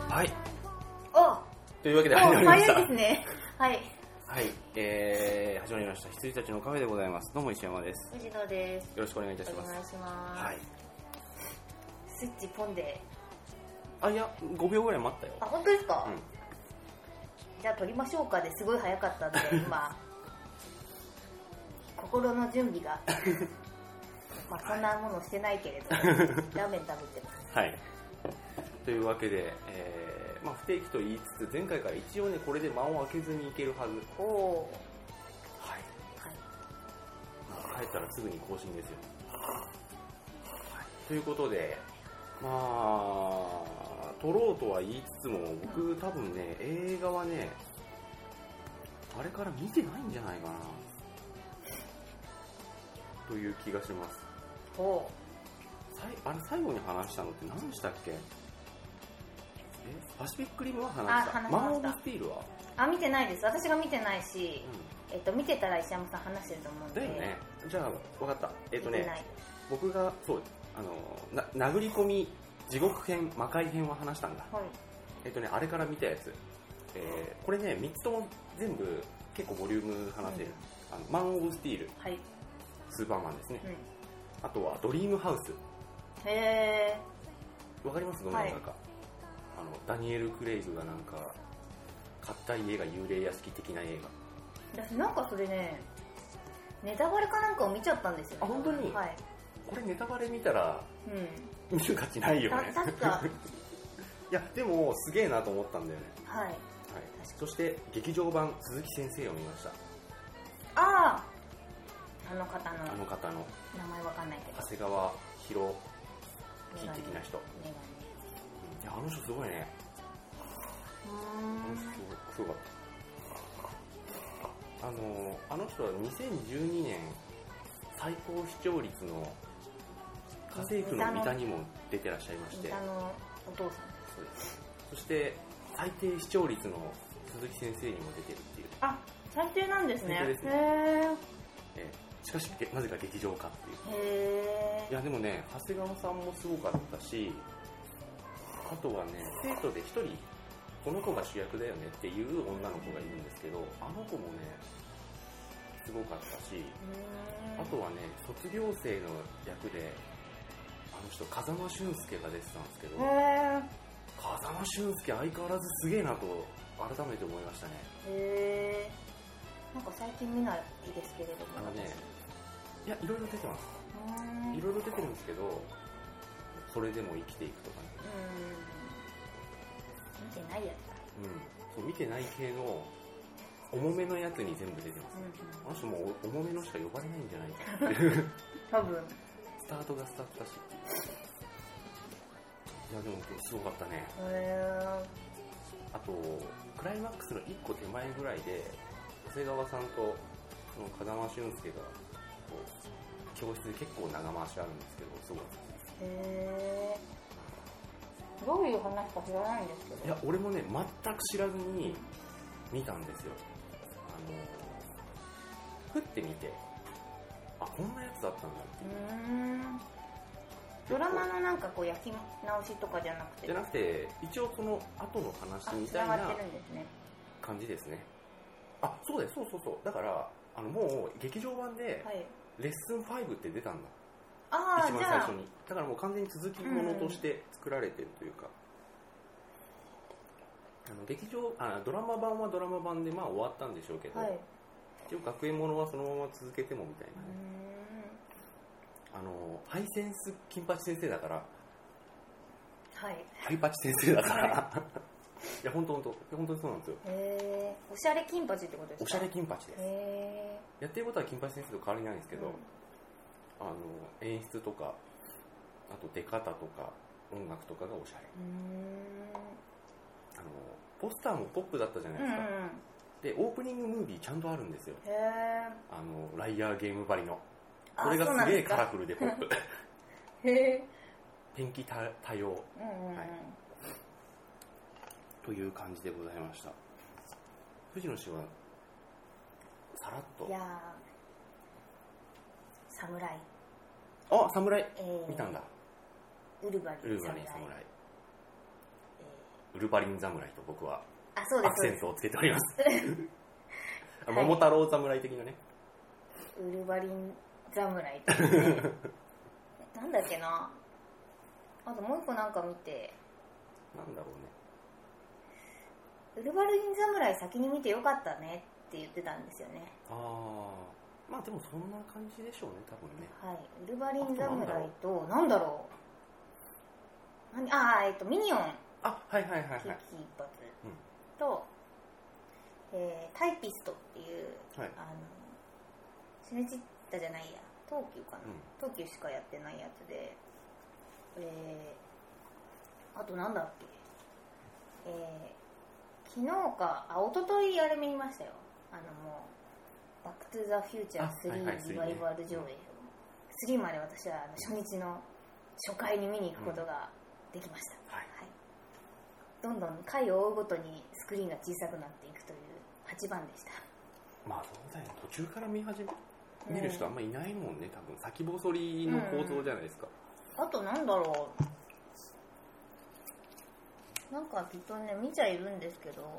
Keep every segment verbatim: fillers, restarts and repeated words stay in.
はい。 おというわけで始まりました。 早いですね。はい。 はい、えー、始まりました。羊たちのカフェでございます。どうも石山です。 藤野です。 よろしくお願いいたします。 お願いします。 はい。 スイッチポンで。 あ、いや、ごびょうぐらい待ったよ。 あ、本当ですか？ うん。 じゃあ撮りましょうかですごい早かったんで、今、心の準備が。まあそんなものしてないけれど、ラーメン食べてます。 はい。というわけで、えー、まあ不定期と言いつつ、前回から一応ね、これで間を空けずにいけるはず。 おお。 はい。はい。まあ、帰ったらすぐに更新ですよ。はい。ということで、まあ、撮ろうとは言いつつも、僕多分ね、映画はね、あれから見てないんじゃないかな。という気がします。 おあれ最後に話したのって何でしたっけ？えパシフィックリムは話した。マン・オブ・スティールは？ あ、見てないです。私が見てないし、うん、えっと見てたら石山さん話してると思うんで。 だよね。じゃあ分かった。えっとね、僕がそうあのな殴り込み地獄編魔界編は話したんだ。はい、えっとねあれから見たやつ。えー、これねみっつとも全部結構ボリューム話せる。うん、あのマン・オブ・スティール。はい。スーパーマンですね。うん、あとはドリームハウス。 へー。わかります？どの映画か。はい、あのダニエル・クレイグがなんか買った家が幽霊屋敷的な映画。私なんかそれねネタバレかなんかを見ちゃったんですよ、ね。 あ、本当に？はい。これネタバレ見たら、うん、見る価値ないよね。 確かいやでもすげえなと思ったんだよね。 はい。はい、 そして劇場版鈴木先生を見ました。 ああ。あの方の。 あの方の。 名前わかんないけど。 長谷川博樹的な人。いやあの人すごいね。あの人すごかった。あのあの人はにせんじゅうにねん最高視聴率の家政婦の三田にも出てらっしゃいまして。 三田のお父さん。 そうです。そして最低視聴率の鈴木先生にも出てるっていう。 あ、最低なんですね。 ですね。へえー。しかしなぜか劇場化っていう。へー。いやでもね長谷川さんもすごかったし、あとはね生徒で一人この子が主役だよねっていう女の子がいるんですけど、あの子もねすごかったし、あとはね卒業生の役であの人風間俊介が出てたんですけど、風間俊介相変わらずすげえなと改めて思いましたね。へー。 なんか最近見ないですけれども。 あのね、いやいろいろ出てます。いろいろ出てるんですけど、それでも生きていくとかね。 うん。見てないやつだ。 うん。そう見てない系の重めのやつに全部出てます。うんうん、あの人もう重めのしか呼ばれないんじゃないかっていう。多分。スタートがスタートだし。いやでもすごかったね。へー。あとクライマックスのいっこ手前ぐらいで。長谷川さんとその風間俊介がこう教室で結構長回しあるんですけどすごい。へー。どういう話か知らないんですけど。 いや俺もね全く知らずに見たんですよ。あのふって見てあこんなやつだったんだっていう。うーん。 ドラマのなんかこう焼き直しとかじゃなくてじゃなくて一応その後の話みたいな感じですね。あ、そうです、そうそうそう。だから、あのもう劇場版で、レッスンごって出たんだ。はい、一番最初に。だからもう完全に続きものとして作られてるというか。うん、あの劇場あ、ドラマ版はドラマ版でまあ終わったんでしょうけど、はい、一応学園ものはそのまま続けてもみたいな、ね。あの、ハイセンス金八先生だから、はい、ハイパチ先生だから、はいいや本当本当本当にそうなんですよ。 へー。おしゃれ金八ってことですか？ おしゃれ金八です。へー。やってることは金八先生と変わりないんですけど、うん、あの演出とかあと出方とか音楽とかがおしゃれ。うーん。あのポスターもポップだったじゃないですか。うんうん、でオープニングムービーちゃんとあるんですよ。へー。あのライアーゲームばりの。これがすげえカラフルでポップ。へー。ペンキ多様。うんうんうん、はい。という感じでございました。藤野氏はさらっと。 いやー、侍。 あ、侍、えー、見たんだ。 ウルヴァリン侍。ウルヴァリン侍。えー、ウウルヴァリン侍と僕はあそうですアクセントをつけております桃太郎侍的なね、 ウルヴァリン侍って、ね、なんだっけな、あともう一個なんか見て、 なんだろうね、ウルヴァリン侍先に見てよかったねって言ってたんですよね。 ああ、まあでもそんな感じでしょうね、多分ね。 はい、ウルヴァリン侍となんだろう、何あえっとミニオン、 あはいはいはいはい、 危機一髪、うん、と、えー、タイピストっていう、はい、あのシネチッタじゃないや、東急かな、うん、東急しかやってないやつで、えー、あとなんだっけ、えー、昨日かあ一昨日あれ見ましたよ、あのもうバックトゥザフューチャースリー、はいはい、リバイバル上映、うん、スリーまで私は初日の初回に見に行くことができました、うんはいはい、どんどん回を追うごとにスクリーンが小さくなっていくというはちばんでした。まあそうだよね、途中から見始め見る人あんまいないもんね、多分先細りの構造じゃないですか、 うん、あとなんだろう、なんかきっとね見ちゃいるんですけど、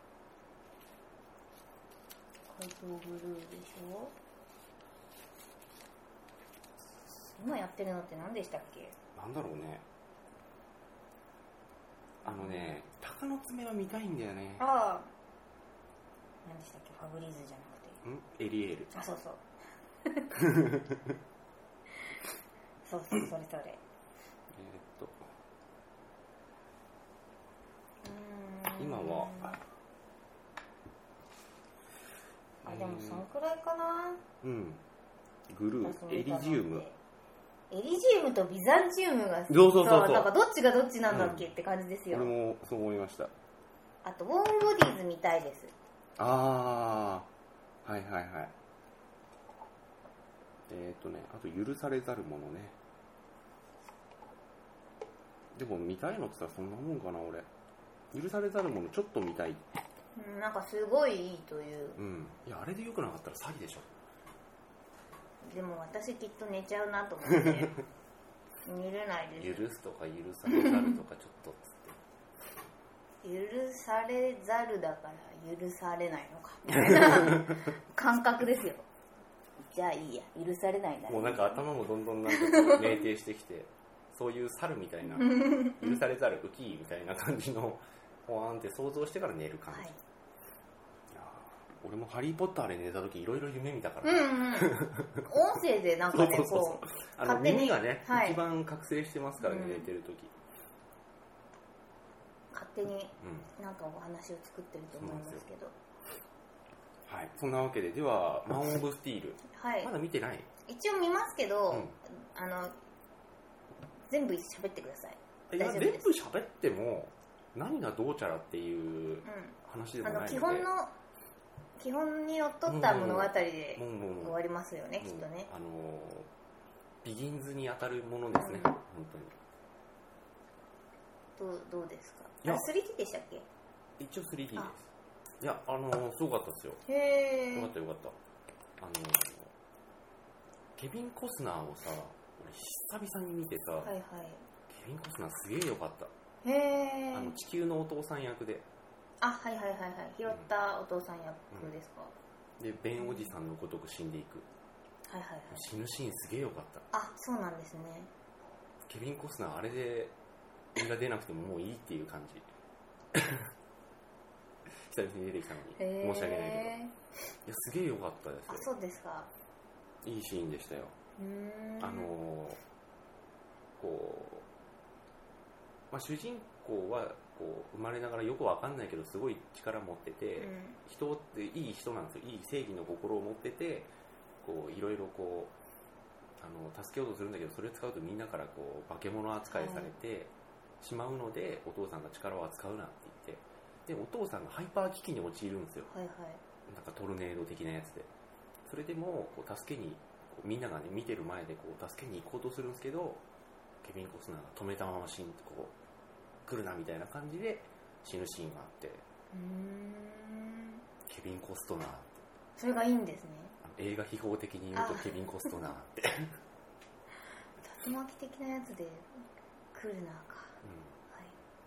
怪盗ブルーでしょ、今やってるのって何でしたっけ、 なんだろうね、あのね鷹の爪は見たいんだよね。 ああ何でしたっけ、ファブリーズじゃなくてんエリエール、 あそうそうそうそう、それそれ、えー、っと今はあでもそのくらいかな、 うんグルー、エリジウムエリジウムとビザンチウムがそうそうそうそう、 なんかどっちがどっちなんだっけ、うん、って感じですよ。 俺もそう思いました。 あとウォームボディーズ見たいです。 ああはいはいはい、えっ、ー、とね、あと許されざるものね。でも見たいのってさ、そんなもんかな俺。許されざるものちょっと見たい。 うん、なんかすごいいいという。 うん。いやあれでよくなかったら詐欺でしょ。 でも私きっと寝ちゃうなと思って見れないです。 許すとか許されざるとかちょっとっつって。許されざるだから許されないのかみたいな感覚ですよ。じゃあいいや、許されないな。 もうなんか頭もどんどんなんか酩酊してきて、そういう猿みたいな許されざるウキーみたいな感じのほわーんって想像してから寝る感じ、はい、いや俺もハリーポッターで寝た時いろいろ夢見たから、 うんうん、音声でなんかねそうそうそうこうあの耳がね、はい、一番覚醒してますからね、うん、寝てる時勝手になんかお話を作ってると思いますけど、 はい、そんなわけで、ではマン・オブ・スティール、はい、まだ見てない？ 一応見ますけど、うん、あの全部喋ってください。 いや全部喋っても何がどうちゃらっていう話でもないので、うん、あの基本の基本にのっとった物語で終わりますよね、きっとね。 あのビギンズに当たるものですね、うん、本当に。どうどうですか？あれ スリーディー でしたっけ？ 一応 スリーディー です。いや、あのー、すごかったですよ。 へー。 よかったよかった。あのー、ケビン・コスナーをさ、俺久々に見てさ、 はいはい、 ケビン・コスナーすげえよかった。 へー。 あの地球のお父さん役で。 あ、はいはいはいはい。拾ったお父さん役ですか。 うん、で、ベンおじさんのごとく死んでいく。 はいはいはい。 死ぬシーンすげえよかった。 あ、そうなんですね。 ケビン・コスナーあれで映画出なくてももういいっていう感じ。久々に出てきたのに申し訳ないけど、いやすげえ良かったですよ。 あ、そうですか。 いいシーンでしたよ。 うーん、 あのこう、まあ、主人公はこう生まれながらよくわかんないけどすごい力持ってて、うん、人っていい人なんですよ。いい正義の心を持ってて、こういろいろこうあの助けようとするんだけど、それを使うとみんなからこう化け物扱いされてしまうので、はい、お父さんが力を扱うなって言って。でお父さんがハイパー危機に陥るんですよ、 はいはい、 なんかトルネード的なやつで。それでもこう助けにみんなが、ね、見てる前でこう助けに行こうとするんですけど、ケビン・コスナーが止めたままシーンとこう来るなみたいな感じで死ぬシーンがあって、 うーん、 ケビン・コストナーって、 それがいいんですね。 映画秘宝的に言うとケビン・コストナーって竜巻的なやつで来るなか、 うん、 はい、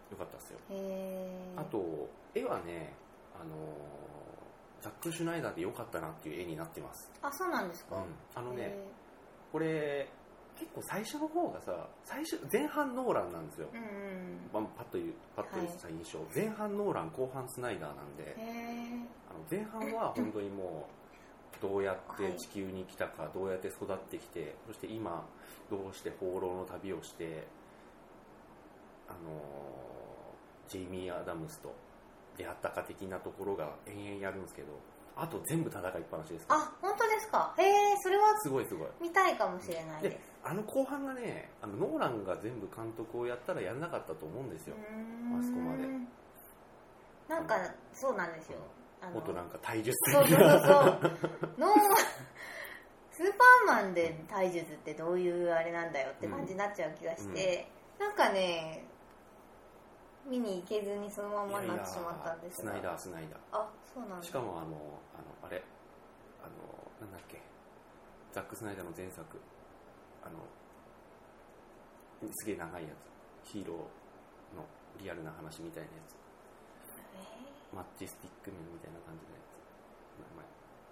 よかったですよ。 へあと絵はね、あのザック・シュナイダーでよかったなっていう絵になってます。 あ、そうなんですか。うん、 あのね、これ結構最初の方がさ、最初前半ノーランなんですよ。うんうん、パッと言うパッと言う印象、はい、前半ノーラン後半スナイダーなんで、あの前半は本当にもうどうやって地球に来たか、はい、どうやって育ってきて、そして今どうして放浪の旅をして、あのジェイミー・アダムスと出会ったか的なところが延々やるんですけど、あと全部戦いっぱなしです。 あ、本当ですか。へえ、それはすごいすごい見たいかもしれないです。で、 あの後半がね、あのノーランが全部監督をやったらやんなかったと思うんですよ、あそこまで。 なんかそうなんですよ。 あのもっとなんか体術そうそうそうそうノースーパーマンで体術ってどういうあれなんだよって感じになっちゃう気がして、うんうん、なんかね見に行けずにそのままになってしまったんですが。 いやいやスナイダースナイダー。 あ、そうなんだ。 しかもあのあのあれあのなんだっけ、ザック・スナイダーの前作、あのすげえ長いやつ、ヒーローのリアルな話みたいなやつ、えー、マッチスティックメンみたいな感じのやつ、名前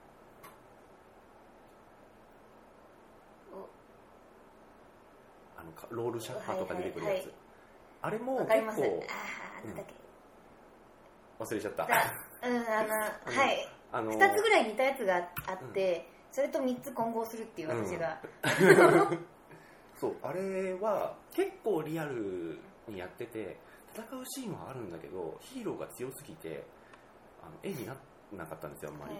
あのロールシャッハーとか出てくるやつ、はいはいはい、あれも結構、あ、 なんだっけ、 うん、忘れちゃった。 うん、あのはいあのふたつぐらい似たやつがあって、うん、それとみっつ混合するっていう私が、 うん、そう、あれは結構リアルにやってて、戦うシーンはあるんだけどヒーローが強すぎてあの絵にならなかったんですよ、あんまり、はい、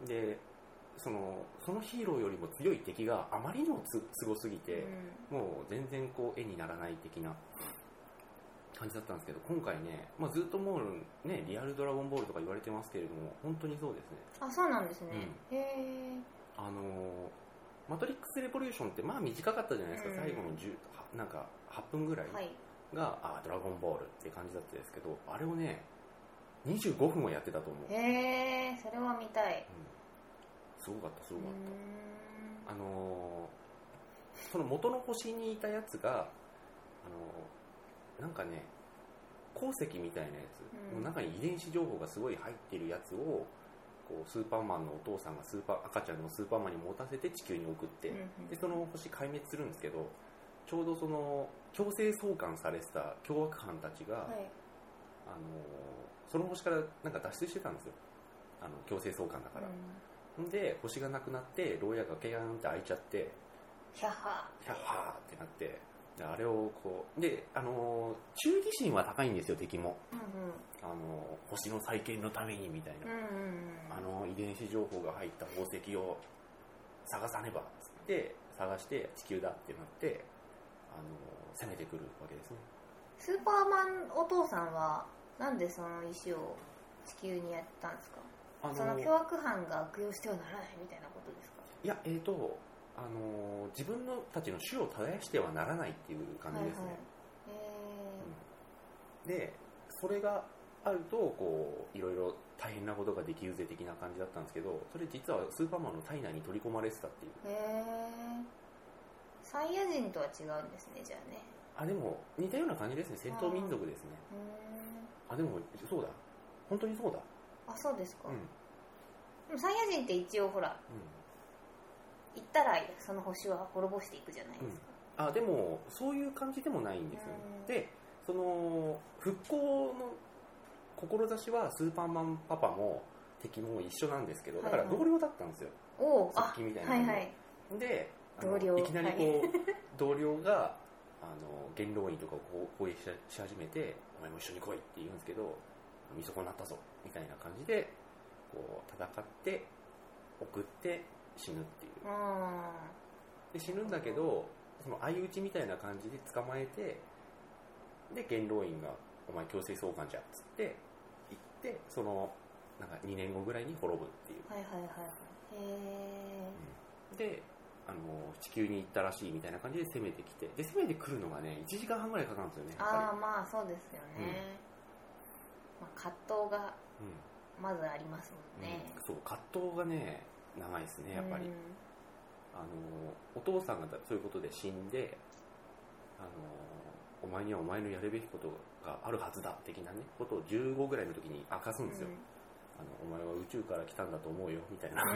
でそのそのヒーローよりも強い敵があまりにもつすごすぎて、うん、もう全然こう絵にならない的な感じだったんですけど、今回ね、まあ、ずっともうねリアルドラゴンボールとか言われてますけれども、本当にそうですね。 あ、そうなんですね、うん、へえ。 あのマトリックスレボリューションってまあ短かったじゃないですか、うん、最後のじゅうなんかはっぷんぐらいが、はい、あドラゴンボールって感じだったんですけど、あれをねにじゅうごふんもやってたと思う。 へえ、それは見たい、 うん、すごかったすごかった。あのその元の星にいたやつが、あのなんかね鉱石みたいなやつ、うん、の中に遺伝子情報がすごい入ってるやつをこうスーパーマンのお父さんがスーパー赤ちゃんのスーパーマンに持たせて地球に送って、うん、でその星壊滅するんですけど、ちょうどその強制送還されてた凶悪犯たちが、はい、あのその星からなんか脱出してたんですよ、あの強制送還だから、うん、で星がなくなって牢屋がケヤンって開いちゃって、 ヒャッハーヒャッハーってなって、あれをこうで、あの忠義心は高いんですよ敵も、うんうん、あの星の再建のためにみたいな、うんうんうん、あの遺伝子情報が入った宝石を探さねばって探して地球だってなってあの攻めてくるわけですね。 スーパーマンお父さんはなんでその石を地球にやったんですか？あのその凶悪犯が悪用してはならないみたいなことですか？ いや、えーとあの自分のたちの種を耕してはならないっていう感じですね、はいはい、うん、でそれがあるとこういろいろ大変なことができるぜ的な感じだったんですけど、それ実はスーパーマンの体内に取り込まれてたっていう。 へー、サイヤ人とは違うんですね、じゃあね。 あ、でも似たような感じですね、戦闘民族ですね。あ、でもそうだ、本当にそうだ。 あ、そうですか、うん、でもサイヤ人って一応ほら、うん、行ったらその星は滅ぼしていくじゃないですか、 うん、あ、でもそういう感じでもないんですよ、ね、でその復興の志はスーパーマンパパも敵も一緒なんですけど、だから同僚だったんですよ、 おさっきみたいな、 はいはい、 で同僚いきなりこう、はい、同僚があの元老院とかを攻撃し始めて、お前も一緒に来いって言うんですけど、見損なったぞみたいな感じでこう戦って送って死ぬっていう。で死ぬんだけど、その相打ちみたいな感じで捕まえて、で元老院がお前強制送還じゃっつって行って、そのなんかにねんごぐらいに滅ぶっていう。 はいはいはい。へー、うん、であの地球に行ったらしいみたいな感じで攻めてきて、で攻めてくるのがねいちじかんはんぐらいかかるんですよね。 ああ、まあそうですよね、うん、まあ、葛藤がまずありますもんね、 うん、そう葛藤がね長いですねやっぱり、うん、あのお父さんがそういうことで死んで、あのお前にはお前のやるべきことがあるはずだ的なねことをじゅうごぐらいの時に明かすんですよ、うん、あのお前は宇宙から来たんだと思うよみたいな、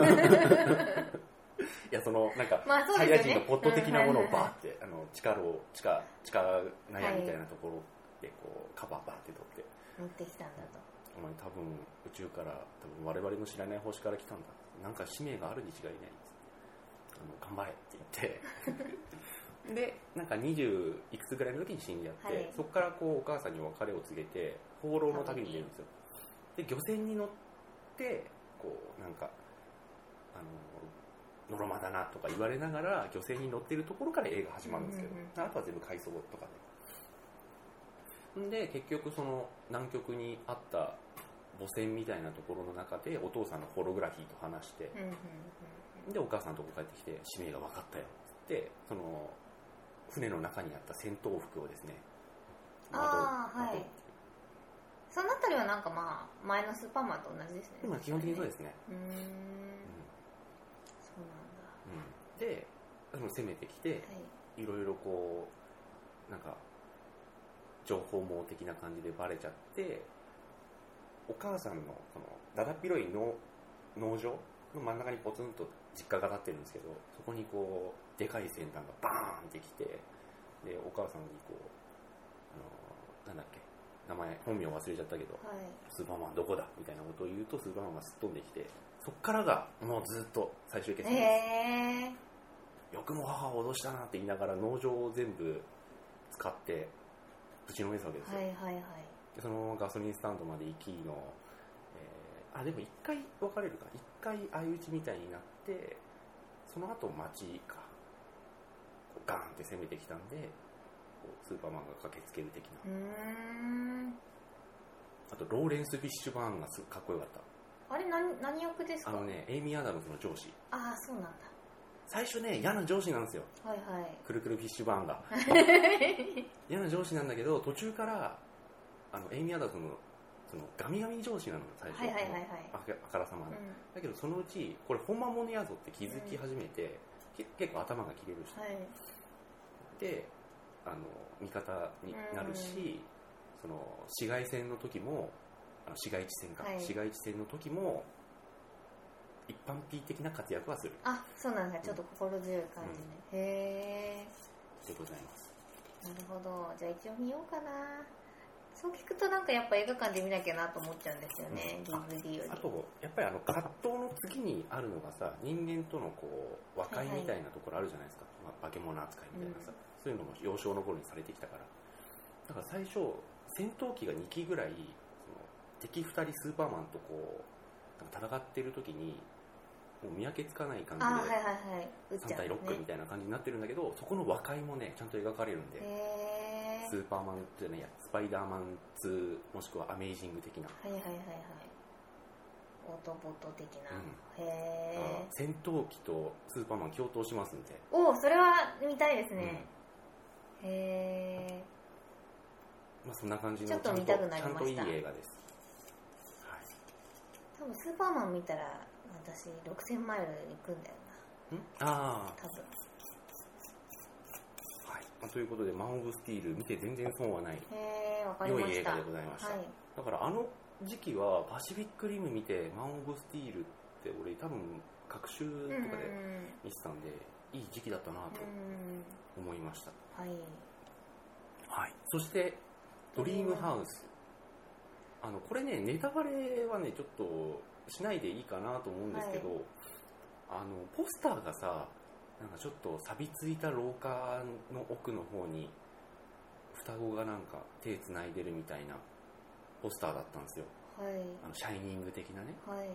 いやそのなんか、まあね、サイヤ人のポット的なものをバーって、あの力を地下地下納屋みたいなところでこうカバーバーって取って持ってきたんだと。 お前多分宇宙から多分我々の知らない星から来たんだ。なんか使命があるに違いない。あの頑張れって言ってでなんかにじゅういくつぐらいの時に死んじゃって、はい、そこからこうお母さんに別れを告げて放浪の旅に出るんですよ。で漁船に乗ってこうなんかあののろまだなとか言われながら漁船に乗っているところから映画始まるんですけど、うんうんうん、あとは全部回想とかで、で結局その南極にあった母船みたいなところの中でお父さんのホログラフィーと話して、うんうんうん、でお母さんのとこ帰ってきて使命が分かったよってその船の中にあった戦闘服をですね、 ああはい、そのあたりはなんかまあ前のスーパーマンと同じですね。 今基本的にそうですね。 うーん、うん、そうなんだ、 うん、で攻めてきて、はい、いろいろこうなんか情報網的な感じでバレちゃってお母さんのそのだだっ広い農農場の真ん中にポツンと実家が建ってるんですけど、そこにこうでかい先端がバーンってきて、でお母さんにこうあのなんだっけ名前本名忘れちゃったけど、はい、スーパーマンどこだみたいなことを言うとスーパーマンがすっ飛んできて、そっからがもうずっと最終決戦です、えー、よくも母を脅したなって言いながら農場を全部使ってぶちのめすわけですよ、 はいはいはい、 でそのガソリンスタンドまで行きの、えー、あでも一回別れるか一回相打ちみたいになって、その後町かこうガーンって攻めてきたんでスーパーマンが駆けつける的な。うーん、あとローレンス・フィッシュバーンがすごくかっこよかった。 あれ 何, 何役ですか？ あのねエイミー・アダムズの上司。 ああそうなんだ。 最初ね嫌な上司なんですよ、 はいはい、 くるくるフィッシュバーンが嫌な上司なんだけど途中からあのエイミー・アダムズのそのガミガミ上司なの最初、はいはいはいはい、あ, あからさまな、うん、だけどそのうちこれほんまものやぞって気づき始めて、うん、結構頭が切れるし、はい、であの味方になるし、うん、その市街戦の時もあの市街地戦か、はい、市街地戦の時も一般 P 的な活躍はする。 あ、そうなんだ、ちょっと心強い感じで、うん、へーでございます。 なるほど、じゃあ一応見ようかな。そう聞くとなんかやっぱ映画館で見なきゃなと思っちゃうんですよね、うん、ディーブイディー より。 あとやっぱりあの葛藤の次にあるのがさ、人間とのこう和解みたいなところあるじゃないですか、はいはい、まあ、化け物扱いみたいなさ、うん、そういうのも幼少の頃にされてきたから、だから最初戦闘機がにきぐらいその敵ふたりスーパーマンとこう戦ってる時にもう見分けつかない感じで、はいはいはい、さん対ろくみたいな感じになってるんだけど、そこの和解もねちゃんと描かれるんで、へー、スーパーマンじゃないやスパイダーマンツーもしくはアメイジング的な、 はいはいはいはい、オートボット的な、うん、 へー、戦闘機とスーパーマン共闘しますんで、 おお、それは見たいですね、うん、へー、まあ、そんな感じのちょっと見たくなりました。 ちゃんといい映画です、 はい、多分スーパーマン見たら私ろくせんマイル行くんだよな。んああ多分、 はい、まあ、ということでマン・オブ・スティール見て全然損はないへー、わかりました、 良い映画でございました、はい、だからあの時期はパシフィックリム見てマン・オブ・スティールって俺多分隔週とかで見てたんで、いい時期だったなと思いました、はい、はい、そしてドリームハウス、あのこれねネタバレはねちょっとしないでいいかなと思うんですけど、はい、あのポスターがさなんかちょっと錆びついた廊下の奥の方に双子がなんか手つないでるみたいなポスターだったんですよ、はい、あのシャイニング的なね、はい、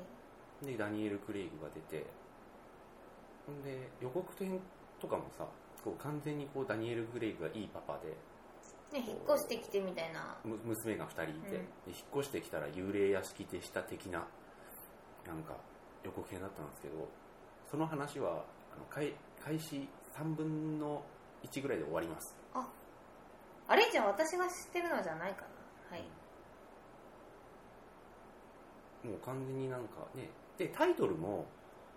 でダニエル・クレイグが出て、んで予告編とかもさこう完全にこうダニエル・クレイグがいいパパで、 ね、引っ越してきてみたいな娘がふたりいて、うん、で引っ越してきたら幽霊屋敷でした的ななんか予告編だったんですけど、その話はあの開, 開始さんぶんのいちぐらいで終わります。 あ、あれじゃあ私が知ってるのじゃないかな。はい、 もう完全になんかね、でタイトルも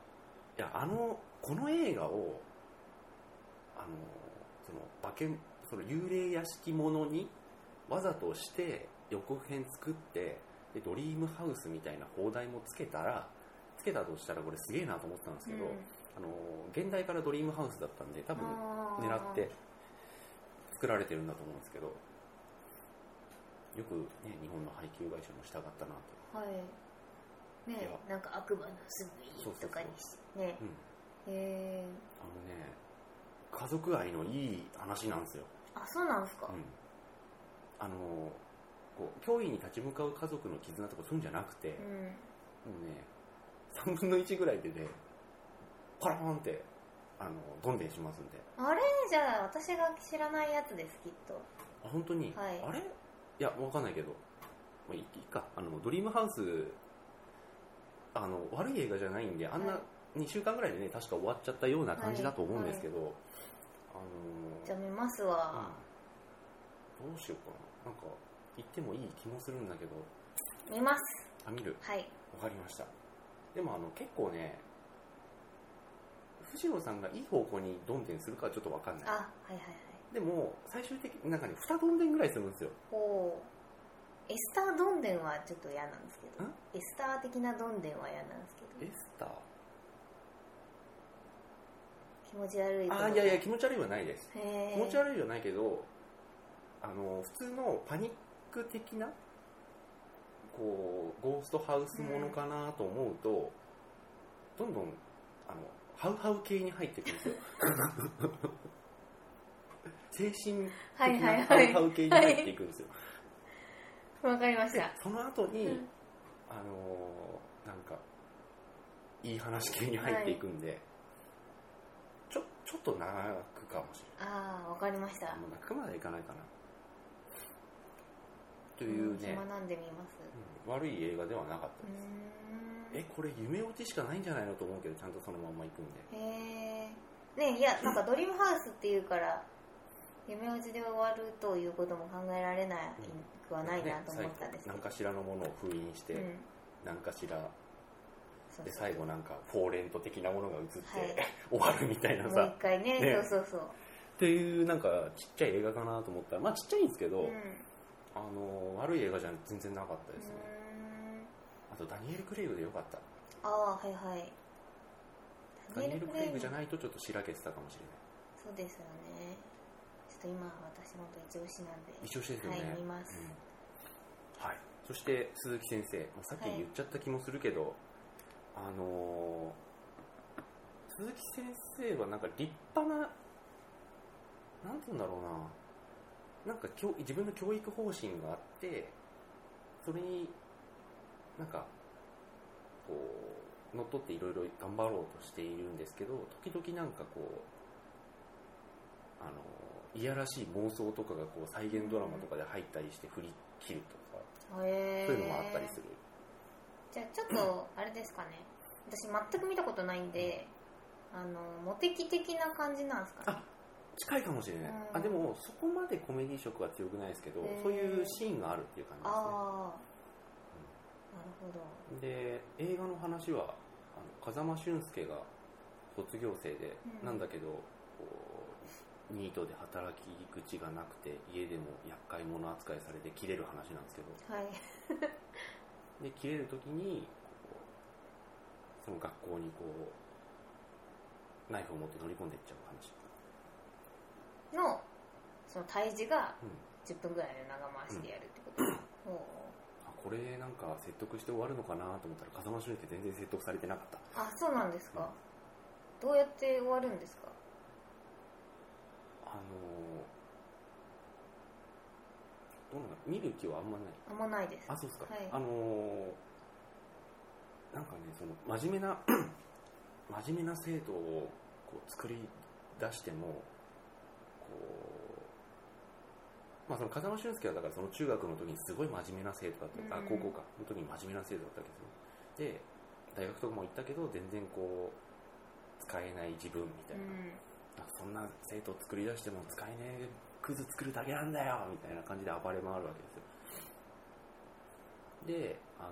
いやあのこの映画をあのその化けその幽霊屋敷ものにわざとして予告編作ってでドリームハウスみたいな放題もつけたらつけたとしたらこれすげえなと思ったんですけど、うん、あの現代からドリームハウスだったんで多分狙って作られてるんだと思うんですけど、よく、ね、日本の配給会社も従ったなと。 はいね、なんか悪魔のすぐいいとかにしてね、うん、へー、 あのね家族愛のいい話なんですよ。 あ、そうなんですか。うん、 あのこう脅威に立ち向かう家族の絆とかそういうんじゃなくて、うん、もうねさんぶんのいちぐらいでねパラーンってあのどんでんしますんで。 あれじゃあ私が知らないやつですきっと。 あ、本当に、はい、あれいやわかんないけど、まあ、いいか。あのドリームハウスあの悪い映画じゃないんであんなにしゅうかんぐらいでね確か終わっちゃったような感じだと思うんですけど、はいはい、あのー、 じゃあ見ますわ、 うん、どうしようかな。なんか行ってもいい気もするんだけど。 見ます。 あ、見る。 はい、 わかりました。でもあの結構ね藤野さんがいい方向にどんでんするかはちょっとわかんない。 あ、はいはいはい。 でも最終的になんかねにどんでんぐらいするんですよ。 おエスターどんでんはちょっと嫌なんですけど、エスター的などんでんは嫌なんですけど。 エスター気持ち悪い。 あ、いやいや気持ち悪いはないです。気持ち悪いはないけど、あの普通のパニック的なこうゴーストハウスものかなと思うと、うん、どんどんあのハウハウ系に入っていくんですよ。精神的なハウハウ系に入っていくんですよ。 わかりました。 その後に、うん、あのー、なんかいい話系に入っていくんで、はい、ちょちょっと長くかもしれない。 ああ、わかりました。 もう長くまでいかないかな。というね。 暇なんで見ます、 うん。悪い映画ではなかったです。え、これ夢落ちしかないんじゃないのと思うけどちゃんとそのまま行くんで。 へえ。ね、いやなんかドリームハウスっていうから。夢落ちで終わるということも考えられなくはないなと思ったんですけど、 ね、何かしらのものを封印して、うん、何かしらで最後なんかフォーレント的なものが映って、はい、終わるみたいなさ、 もう一回 ね, ねそうそうそうっていうなんかちっちゃい映画かなと思ったら、まあちっちゃいんですけど、うん、あの悪い映画じゃ全然なかったですね。あとダニエル・クレイグでよかった。 ああ、はいはい。 ダニエル・クレイグじゃないとちょっとしらけてたかもしれない。 そうですよね。今私本当一押しなんで一押しですよね。 はい、見ます、 うん、はい。そして鈴木先生、さっき言っちゃった気もするけど、はい、あのー、鈴木先生はなんか立派な、なんて言うんだろうな、なんか教自分の教育方針があって、それになんかこう乗っ取っていろいろ頑張ろうとしているんですけど、時々なんかこうあのーいやらしい妄想とかがこう再現ドラマとかで入ったりして振り切るとか、 へー、 そういうのもあったりする。 じゃあちょっとあれですかね、私全く見たことないんで、あのモテキ的な感じなんですかね。 あ、近いかもしれない。あ、でもそこまでコメディ色は強くないですけど、そういうシーンがあるっていう感じですね。あ、 うん、なるほど。 で映画の話はあの風間俊介が卒業生で、うん、なんだけどこうニートで働き口がなくて家でも厄介者扱いされて切れる話なんですけど、 はい、 で切れる時にその学校にこうナイフを持って乗り込んでいっちゃう話のその退治がじゅっぷんぐらいの長回しでやるってこと、うん、 あ、これなんか説得して終わるのかなと思ったら風間俊介全然説得されてなかった。 あ、そうなんですか、うん、どうやって終わるんですか。 あのどうなの、見る気はあんまない。 あんまないです。 あ、そうですか、 はい、 あのなんかね、その真面目な真面目な生徒をこう作り出してもこう、まあ、その風間俊介はだからその中学の時にすごい真面目な生徒だった、うん、あ高校かの時に真面目な生徒だったわけですよ。で大学とかも行ったけど全然こう使えない自分みたいな、うん、そんな生徒を作り出しても使えねえクズ作るだけなんだよみたいな感じで暴れ回るわけですよ。で、あの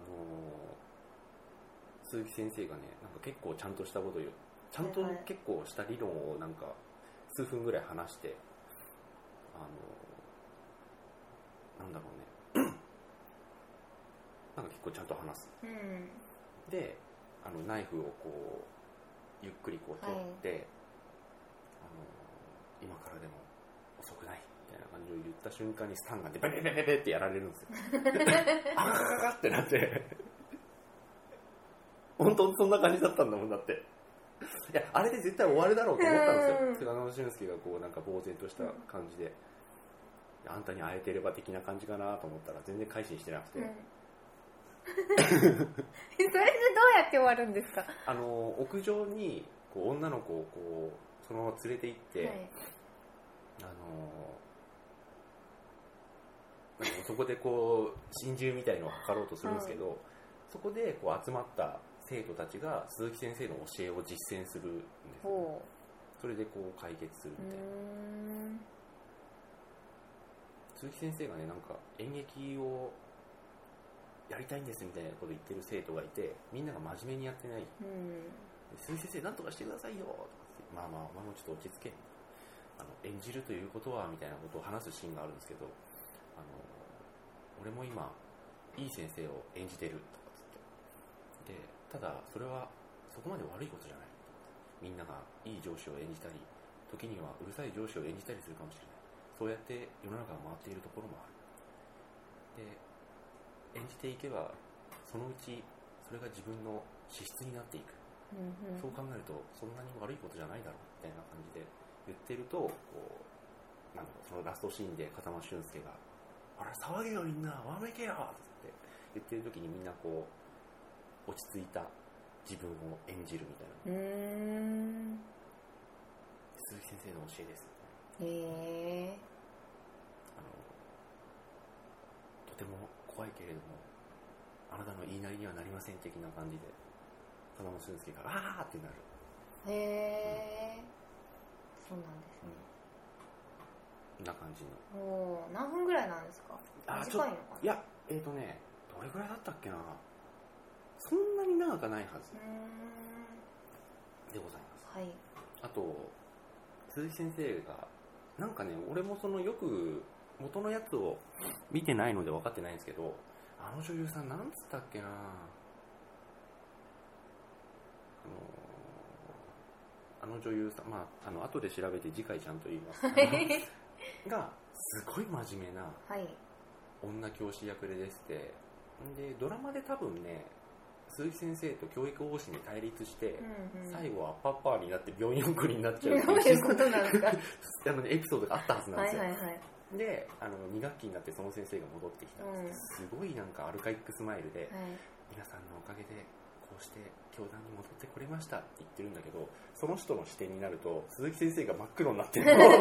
ー、鈴木先生がね、なんか結構ちゃんとしたことを言う、ちゃんと結構した理論をなんか数分ぐらい話して、あのなんだろうねなんか結構ちゃんと話す、うん、であのナイフをこうゆっくりこう取って、はい、あの今からでも遅くないみたいな感じを言った瞬間にスタンガンでベベベベベってやられるんですよあがががってなって本当にそんな感じだったんだもん。だっていやあれで絶対終わるだろうと思ったんですよ。菅野俊介がこうなんか呆然とした感じで、うん、あんたに会えてれば的な感じかなと思ったら全然改心してなくて、うん、 それでどうやって終わるんですか。 あの屋上にこう女の子をこうそのまま連れて行って、はい、あのそこでこう心中みたいのを図ろうとするんですけど、うん、そこでこう集まった生徒たちが鈴木先生の教えを実践するんですよ、ね、それでこう解決するみたいな。鈴木先生がねなんか演劇をやりたいんですみたいなこと言ってる生徒がいて、みんなが真面目にやってない、うん、鈴木先生なんとかしてくださいよとかって、まあまあお前もちょっと落ち着け、あの演じるということはみたいなことを話すシーンがあるんですけど、あの俺も今いい先生を演じてるとかつって、でただそれはそこまで悪いことじゃない、みんながいい上司を演じたり時にはうるさい上司を演じたりするかもしれない、そうやって世の中が回っているところもある、で演じていけばそのうちそれが自分の資質になっていく、うんうん、そう考えるとそんなに悪いことじゃないだろうみたいな感じで言ってると、こうなんだろう、そのラストシーンで風間俊介があれ騒げよみんなわめけよって言ってる時にみんなこう落ち着いた自分を演じるみたいな。うーん、鈴木先生の教えです。へえ。あのとても怖いけれどもあなたの言いなりにはなりません的な感じで風間俊介があーってなる。 へえ、うん、そうなんですね。 こんな感じの。 おー、何分ぐらいなんですか。短いのかな。 いや、えーとねどれぐらいだったっけな、そんなに長くないはずでございます。はい。あと鈴木先生がなんかね、俺もそのよく元のやつを見てないので分かってないんですけど、あの女優さんなんつったっけな、あのあの女優さん、まああの後で調べて次回ちゃんと言いますがすごい真面目な女教師役ででして、でドラマで多分ね鈴木先生と教育方針で対立して、うんうん、最後はアッパッパーになって病院送りになっちゃうっていう、どういうことなんですかあの、ね、エピソードがあったはずなんですよ、はいはいはい、であのに学期になってその先生が戻ってきたんです、うん、すごいなんかアルカイックスマイルで、はい、皆さんのおかげでこうして教壇に戻ってこれましたって言ってるんだけど、その人の視点になると鈴木先生が真っ黒になってるの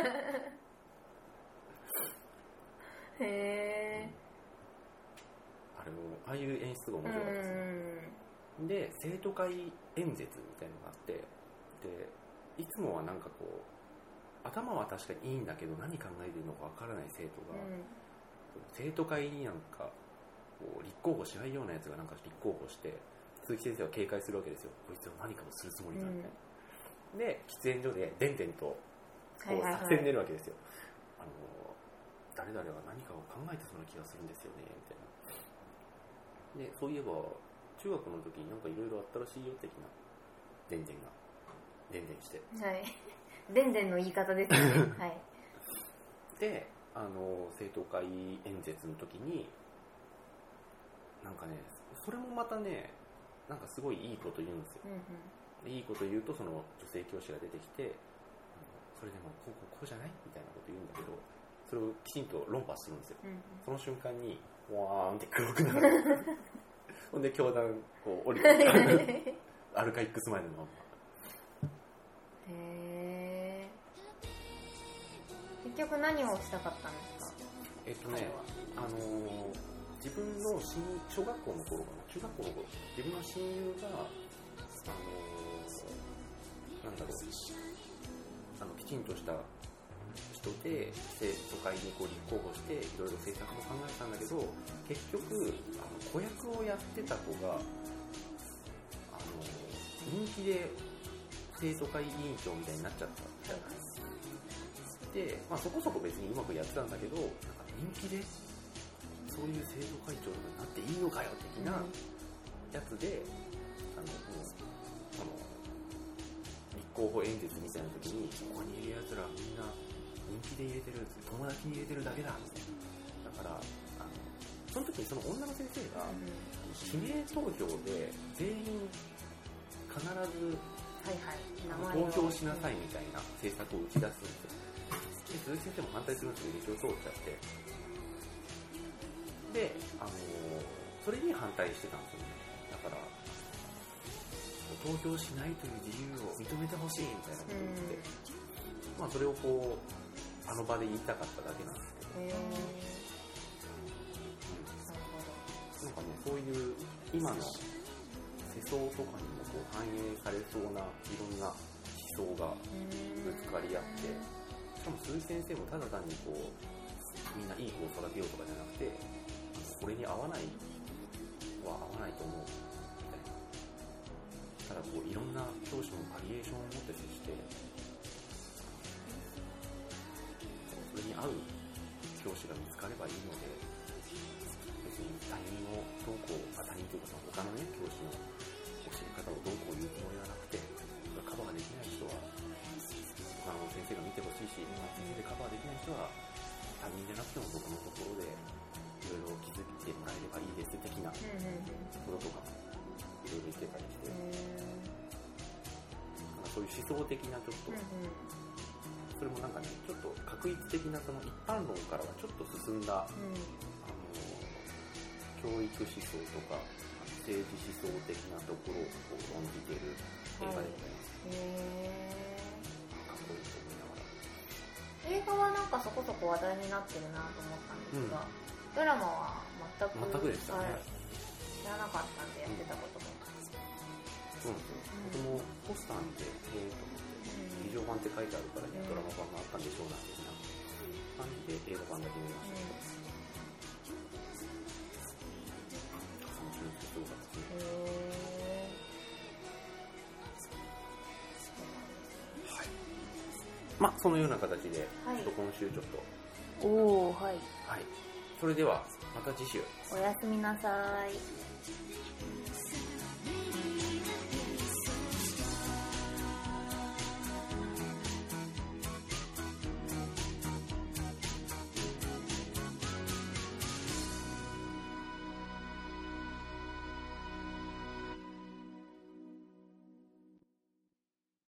へー、あれもああいう演出が面白かったですね。で生徒会演説みたいなのがあって、でいつもはなんかこう頭は確かにいいんだけど何考えてるのかわからない生徒が、うん、生徒会になんかこう立候補しないようなやつがなんか立候補して鈴木先生は警戒するわけですよ。こいつは何かをするつもりだみたいな、うん、で喫煙所ででんでんとこう作戦出るわけですよ、はいはいはい、あの誰々は何かを考えてそうな気がするんですよねみたいな。でそういえば中学の時になんかいろいろあったらしいよ的なでんでんがでんでんして、 はいでんでんの言い方ですねはいであの生徒会演説の時になんかねそれもまたねなんかすごいいいこと言うんですよ、うんうん、いいこと言うとその女性教師が出てきてあのそれでもこうこうこうじゃないみたいなこと言うんだけど、それをきちんと論破するんですよ、うんうん、その瞬間にわーんって黒くなるほんで教壇こう降りてアルカイックスマイルのまま。 へー、結局何をしたかったんですか。 えっとねあのー、自分の親小学校の頃かな中学校の頃自分の親友があのー、なんだろうあのきちんとした人で生徒会にこう立候補していろいろ政策も考えたんだけど、結局あの子役をやってた子があの人気で生徒会委員長みたいになっちゃったみたいな。 、まあ、そこそこ別にうまくやってたんだけど、なんか人気でそういう生徒会長になっていいのかよ的なやつで、あのもうあの立候補演説みたいな時に、ここにいるやつらみんな人気で入れてる、友達に入れてるだけだみたいな。だからあのその時にその女の先生が指名投票で全員必ず、はいはい、投票しなさいみたいな政策を打ち出すんですよ。で鈴木先生も反対するんですけど、一応通っちゃって、で、あのー、それに反対してたんですよね。だから投票しないという自由を認めてほしいみたいなことを言って、まあそれをこうあの場で言いたかっただけなんですけど、うん、なんかね、そういう今の世相とかにもこう反映されそうないろんな思想がぶつかり合って、しかも鈴木先生もただ単にこうみんないい子を育てようとかじゃなくて、これに合わないは合わないと思うみたいな。ただこういろんな教師のバリエーションを持って接して、それに合う教師が見つかればいいので、別に他人のどうこう、他人というか他のね教師の教え方をどうこう言うつもりはなくて、カバーできない人は他の先生が見てほしいし、他の先生でカバーできない人は他人じゃなくても僕のところでいろいろ気づいてもらえればいいです的なこととかもいろいろ言ってたりして、なんかそういう思想的なちょっと、それもなんかね、ちょっと確一的なその一般論からはちょっと進んだ、あの教育思想とか政治思想的なところをこう論じている映画でございます。かっこいいと思いながら。 映画はなんかそこそこ話題になってるなと思ったんですが、うん、ドラマは全く全くでしたね、はい、 知らなかったんでやってたことも、 うん、そうなんですよ、うん、僕もポスター見てえーと思って劇場版って書いてあるからね、うん、ドラマ版があったんでしょうなっていう感じで映画版だけ見ましたけど、その気持ちすごかったですね。まあ、そのような形で、はい、今週ちょっとおー、はい、 はい、それではまた次週おやすみなさい。